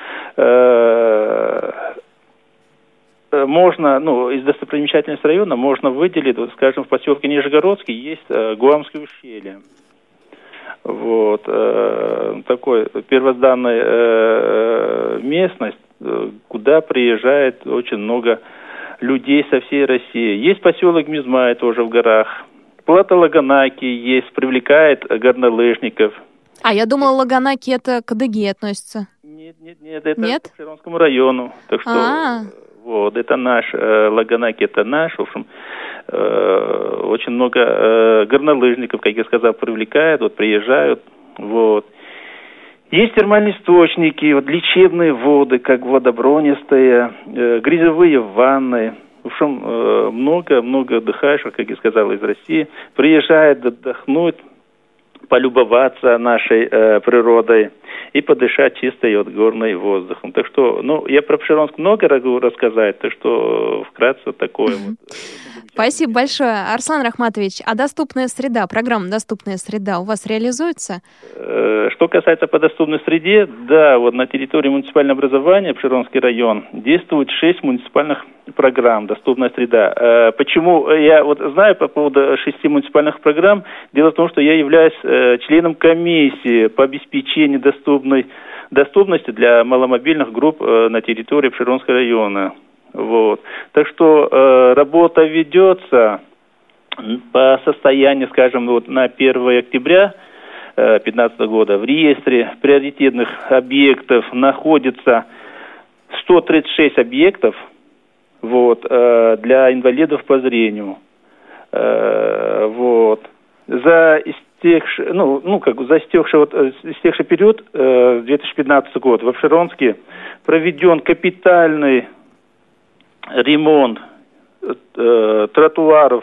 Можно, из достопримечательности района можно выделить, вот, скажем, в поселке Нижегородский есть Гуамское ущелье. Вот, такой первозданная местность, куда приезжает очень много людей со всей России. Есть поселок Мизмай тоже в горах. Плато Лаганаки есть, привлекает горнолыжников. А я думала, Лаганаки это к Адыгее относится. Нет, это к Апшеронскому району. Так что... Вот, это наш, Лаганаки это наш, в общем, очень много горнолыжников, как я сказал, привлекают, вот, приезжают, вот. Есть термальные источники, вот, лечебные воды, как вода бронистая, грязевые ванны, в общем, много отдыхающих, как я сказал, из России, приезжают отдохнуть, полюбоваться нашей природой и подышать чистой вот горной воздухом. Так что, я про Апшеронск много могу рассказать, так что вкратце такое вот. Спасибо большое. Арслан Рахматович, а доступная среда, программа «Доступная среда» у вас реализуется? Что касается по доступной среде, да, вот на территории муниципального образования Апшеронский район действует 6 муниципальных программ «Доступная среда». Почему я вот знаю по поводу 6 муниципальных программ? Дело в том, что я являюсь членом комиссии по обеспечению доступности для маломобильных групп на территории Апшеронского района. Вот. Так что работа ведется по состоянию, скажем, вот на 1 октября 2015 года в реестре приоритетных объектов находится 136 объектов вот, для инвалидов по зрению. Вот. За истекший период 2015 год в Апшеронске проведен капитальный ремонт тротуаров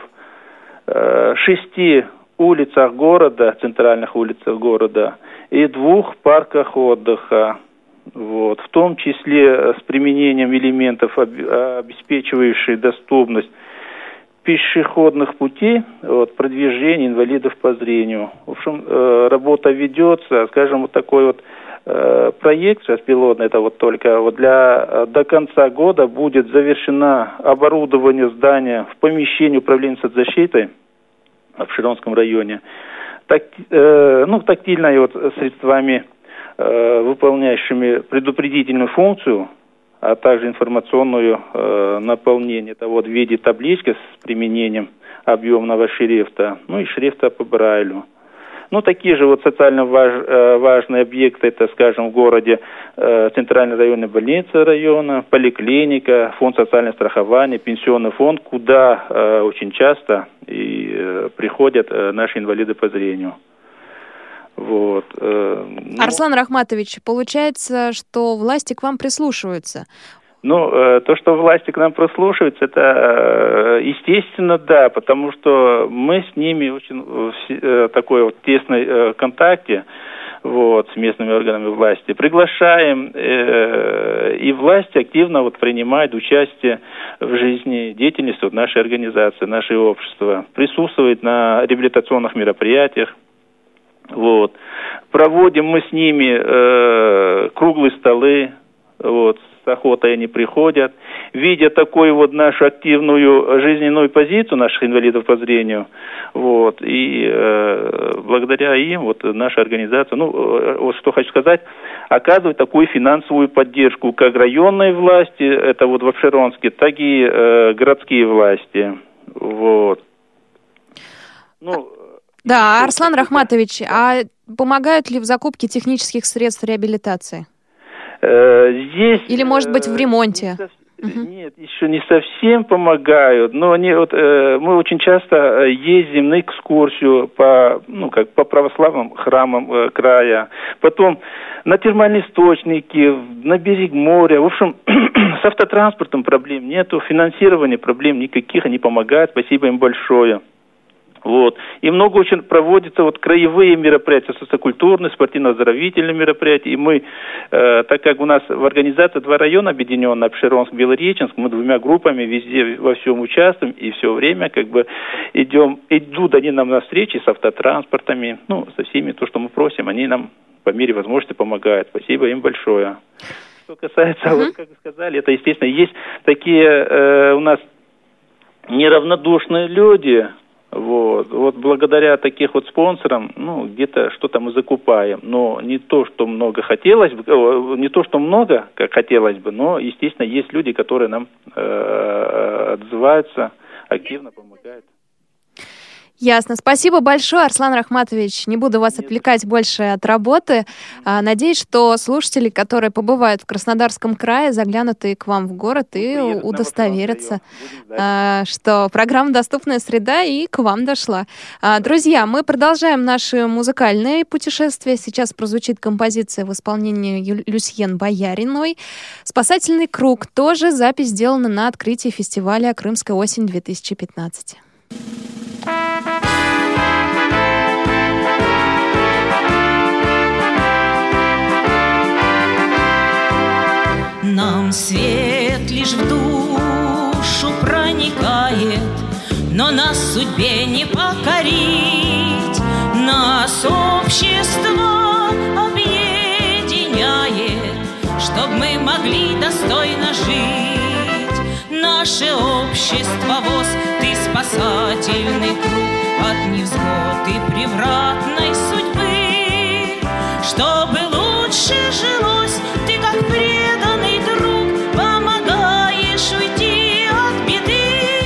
6 улицах города, центральных улицах города, и 2 парках отдыха. Вот, в том числе с применением элементов, обеспечивающих доступность пешеходных путей, вот, продвижения инвалидов по зрению. В общем, работа ведется, скажем, вот такой вот проект сейчас пилотный, это вот только вот до конца года будет завершено оборудование здания в помещении управления соцзащитой в Апшеронском районе. Тактильной вот средствами, выполняющими предупредительную функцию, а также информационную наполнение. Это вот в виде таблички с применением объемного шрифта, и шрифта по Брайлю. Такие же вот социально важные объекты, это, скажем, в городе центральная районная больница района, поликлиника, фонд социального страхования, пенсионный фонд, куда очень часто и приходят наши инвалиды по зрению. Вот. Арслан Рахматович, получается, что власти к вам прислушиваются? То, что власти к нам прислушиваются, это, естественно, да, потому что мы с ними очень в такой вот тесной контакте, вот, с местными органами власти. Приглашаем, и власть активно вот принимает участие в жизни деятельности вот нашей организации, нашего общества, присутствует на реабилитационных мероприятиях. Вот. Проводим мы с ними круглые столы, вот, с охотой они приходят, видя такую вот нашу активную жизненную позицию наших инвалидов по зрению, вот, и благодаря им вот наша организация, вот что хочу сказать, оказывает такую финансовую поддержку как районной власти, это вот в Апшеронске, так и городские власти, вот. Да, Арслан Рахматович, а помогают ли в закупке технических средств реабилитации? Здесь... Или, может быть, в ремонте? Нет, еще не совсем помогают, но они мы очень часто ездим на экскурсию по православным храмам края, потом на термальные источники, на берег моря. В общем, с автотранспортом проблем нету, финансирования проблем никаких, они помогают, спасибо им большое. Вот. И много очень проводятся вот краевые мероприятия, социокультурные, спортивно-оздоровительные мероприятия. И мы, так как у нас в организации 2 района объединенные, Апшеронск, Белореченск, мы 2 группами везде во всем участвуем и все время идут они нам навстречу с автотранспортами, со всеми то, что мы просим, они нам по мере возможности помогают. Спасибо им большое. Что касается, вот как вы сказали, это, естественно, есть такие у нас неравнодушные люди. Вот благодаря таких вот спонсорам, где-то что-то мы закупаем, но не то, что много хотелось бы, не то, что много, как хотелось бы, но, естественно, есть люди, которые нам отзываются, активно помогают. Ясно. Спасибо большое, Арслан Рахматович. Не буду вас отвлекать больше от работы. Надеюсь, что слушатели, которые побывают в Краснодарском крае, заглянут и к вам в город и удостоверятся, что программа «Доступная среда» и к вам дошла. Друзья, мы продолжаем наши музыкальные путешествия. Сейчас прозвучит композиция в исполнении Люсьен Бояриной. «Спасательный круг». Тоже запись сделана на открытии фестиваля «Крымская осень-2015». Нам свет лишь в душу проникает, но нас судьбе не покорить. Нас общество объединяет, чтоб мы могли достойно жить. Наше общество ВОС, ты спасательный круг от невзгод и превратной судьбы. Чтобы лучше жилось, ты как преданный друг помогаешь уйти от беды.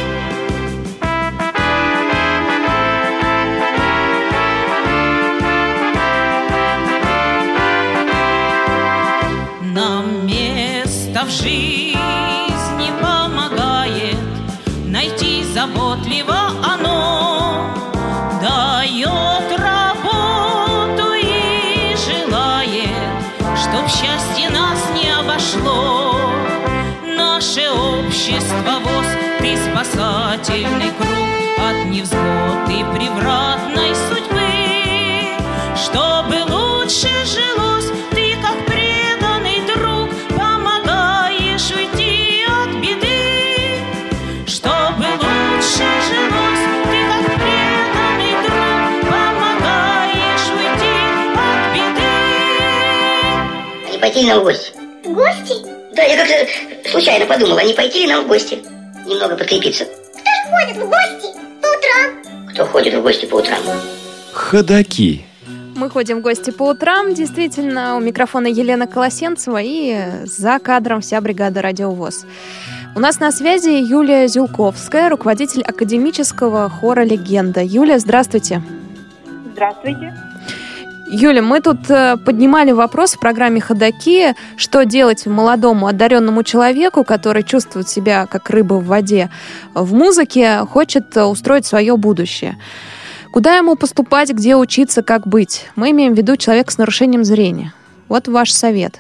Нам место в жизни помогает найти заботливо оно, дает работу и желает, чтоб счастье нас не обошло. Наше общество ВОС, ты спасательный круг от невзгод и превратной судьбы. Чтобы лучше жилось, ты как преданный друг помогаешь уйти от беды. Чтобы лучше жилось, ты как преданный друг помогаешь уйти от беды. Не пойти ли нам в гости? В гости? Да, я как-то случайно подумала, не пойти ли нам в гости? Немного подкрепиться. Кто ж ходит в гости по утрам? Кто ходит в гости по утрам? Ходаки. Мы ходим в гости по утрам. Действительно, у микрофона Елена Колосенцева и за кадром вся бригада «Радио ВОС». У нас на связи Юлия Зюлковская, руководитель академического хора «Легенда». Юлия, здравствуйте. Здравствуйте. Юля, мы тут поднимали вопрос в программе «Ходоки», что делать молодому одаренному человеку, который чувствует себя как рыба в воде, в музыке, хочет устроить свое будущее. Куда ему поступать, где учиться, как быть? Мы имеем в виду человека с нарушением зрения. Вот ваш совет.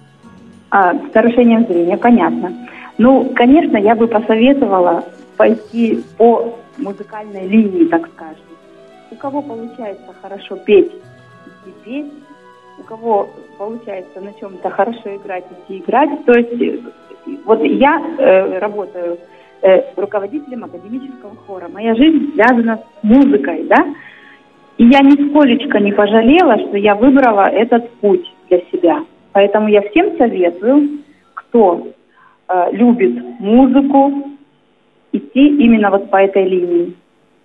С нарушением зрения, понятно. Ну, конечно, я бы посоветовала пойти по музыкальной линии, так скажем. У кого получается хорошо петь, идти петь. У кого получается на чем-то хорошо играть, идти играть. То есть вот я работаю руководителем академического хора. Моя жизнь связана с музыкой, да? И я нисколечко не пожалела, что я выбрала этот путь для себя. Поэтому я всем советую, кто любит музыку, идти именно вот по этой линии.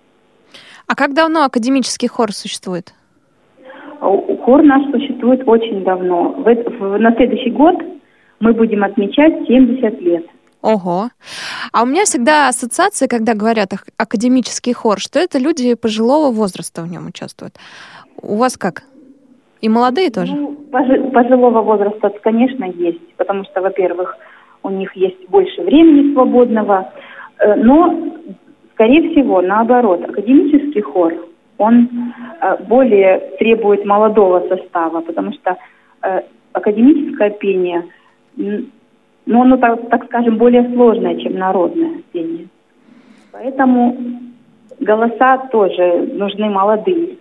А как давно академический хор существует? Хор наш существует очень давно. На следующий год мы будем отмечать 70 лет. Ого. А у меня всегда ассоциация, когда говорят академический хор, что это люди пожилого возраста в нем участвуют. У вас как? И молодые тоже? Ну, пожилого возраста, конечно, есть. Потому что, во-первых, у них есть больше времени свободного. Но, скорее всего, наоборот, академический хор, он более требует молодого состава, потому что академическое пение, ну, оно, так скажем, более сложное, чем народное пение. Поэтому голоса тоже нужны молодые.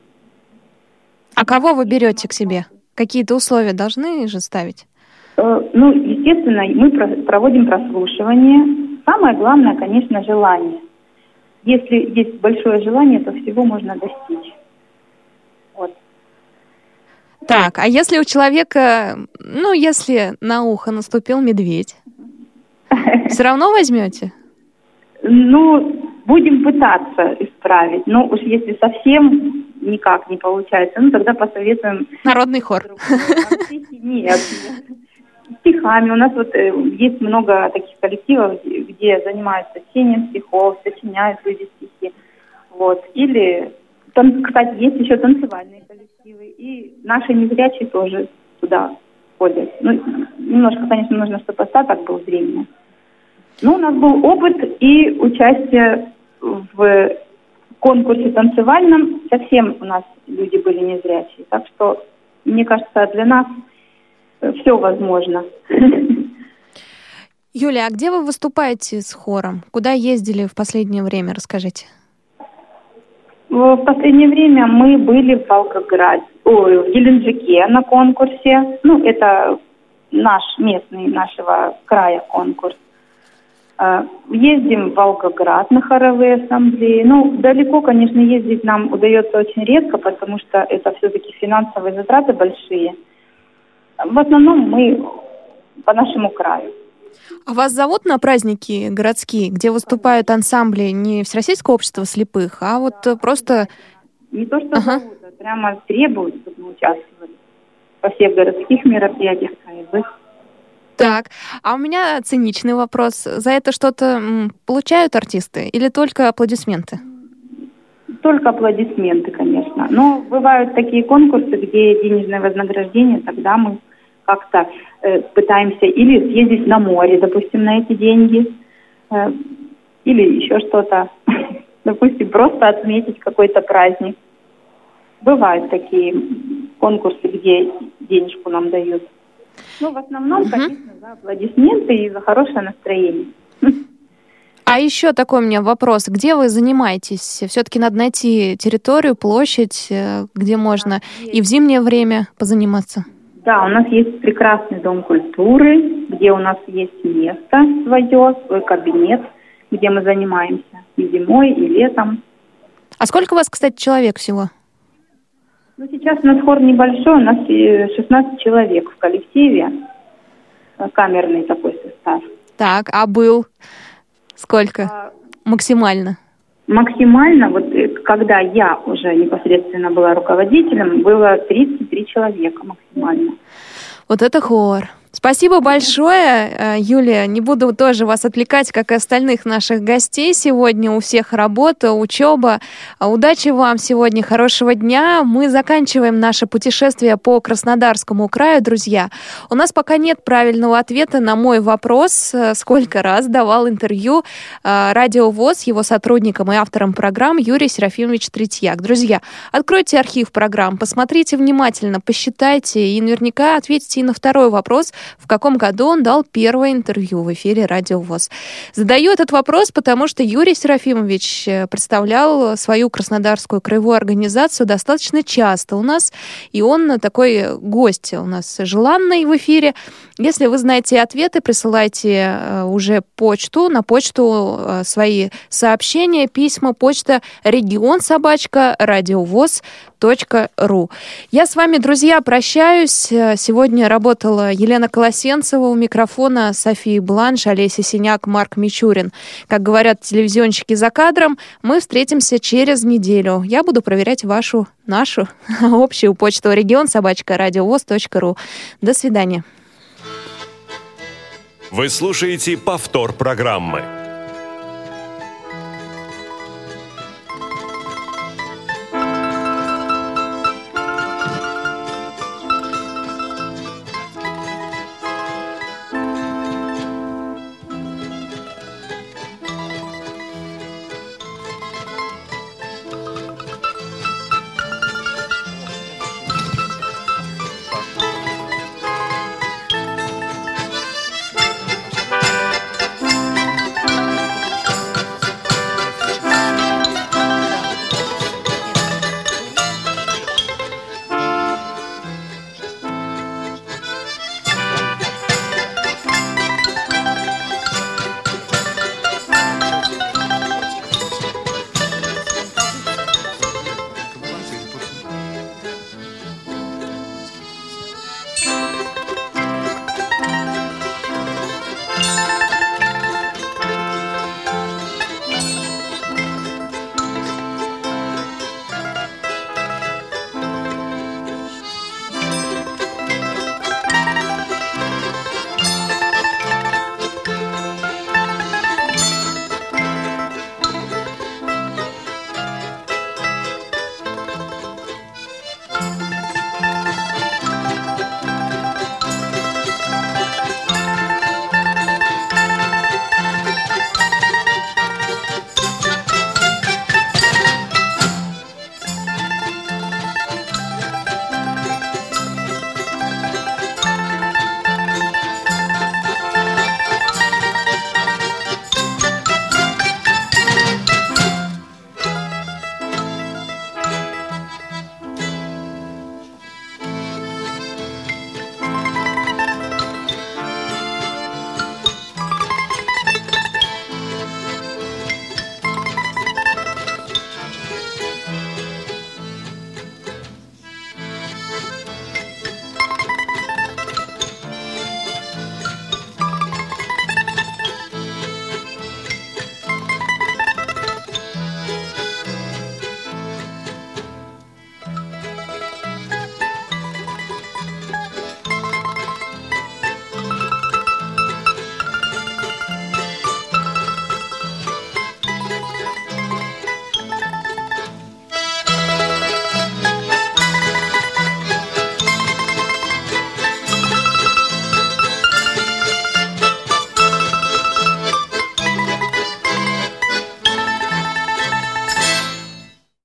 А кого вы берете к себе? Какие-то условия должны же ставить? Ну, естественно, мы проводим прослушивание. Самое главное, конечно, желание. Если есть большое желание, то всего можно достичь. Вот. Так, а если у человека, ну, если на ухо наступил медведь, все равно возьмете? Ну, будем пытаться исправить. Но уж если совсем никак не получается, ну, тогда посоветуем... Народный хор. Нет. Стихами. У нас вот есть много таких коллективов, где занимаются чтением стихов, сочиняют люди стихи. Вот. Или, кстати, есть еще танцевальные коллективы. И наши незрячие тоже туда ходят. Ну, немножко, конечно, нужно, чтобы остаток был зрения. Ну, у нас был опыт и участие в конкурсе танцевальном. Совсем у нас люди были незрячие. Так что, мне кажется, для нас все возможно. Юля, а где вы выступаете с хором? Куда ездили в последнее время? Расскажите. В последнее время мы были в Волгограде, в Геленджике на конкурсе. Ну, это наш местный, нашего края конкурс. Ездим в Волгоград на хоровые ассамблеи. Ну, далеко, конечно, ездить нам удается очень редко, потому что это все-таки финансовые затраты большие. В основном мы по нашему краю. А вас зовут на праздники городские, где выступают ансамбли не Всероссийского общества слепых, а вот просто... Не то, что зовут, а прямо требуют, чтобы мы участвовали во всех городских мероприятиях, краевых. Так, а у меня циничный вопрос. За это что-то получают артисты или только аплодисменты? Только аплодисменты, конечно. Но бывают такие конкурсы, где денежное вознаграждение, тогда мы как-то пытаемся или съездить на море, допустим, на эти деньги, или еще что-то, допустим, просто отметить какой-то праздник. Бывают такие конкурсы, где денежку нам дают. Ну, в основном, конечно, за аплодисменты и за хорошее настроение. А еще такой у меня вопрос. Где вы занимаетесь? Все-таки надо найти территорию, площадь, где можно и в зимнее время позаниматься. Да, у нас есть прекрасный дом культуры, где у нас есть место свое, свой кабинет, где мы занимаемся и зимой, и летом. А сколько у вас, кстати, человек всего? Ну, сейчас у нас хор небольшой, у нас 16 человек в коллективе, камерный такой состав. Так, а был сколько максимально? Максимально, вот когда я уже непосредственно была руководителем, было 33 человека максимально. Вот это хор. Спасибо большое, Юлия. Не буду тоже вас отвлекать, как и остальных наших гостей. Сегодня у всех работа, учеба. Удачи вам сегодня, хорошего дня. Мы заканчиваем наше путешествие по Краснодарскому краю, друзья. У нас пока нет правильного ответа на мой вопрос, сколько раз давал интервью Радио ВОС его сотрудникам и авторам программ Юрий Серафимович Третьяк. Друзья, откройте архив программ, посмотрите внимательно, посчитайте и наверняка ответите и на второй вопрос, в каком году он дал первое интервью в эфире Радио ВОС. Задаю этот вопрос, потому что Юрий Серафимович представлял свою Краснодарскую краевую организацию достаточно часто у нас, и он такой гость у нас желанный в эфире. Если вы знаете ответы, присылайте уже на почту свои сообщения, письма, почта region@радиовоз.ру. Я с вами, друзья, прощаюсь. Сегодня работала Елена Колосенцева, у микрофона София Бланш, Олеся Синяк, Марк Мичурин. Как говорят телевизионщики за кадром, мы встретимся через неделю. Я буду проверять нашу общую почту region@радиовоз.ру. До свидания. Вы слушаете повтор программы.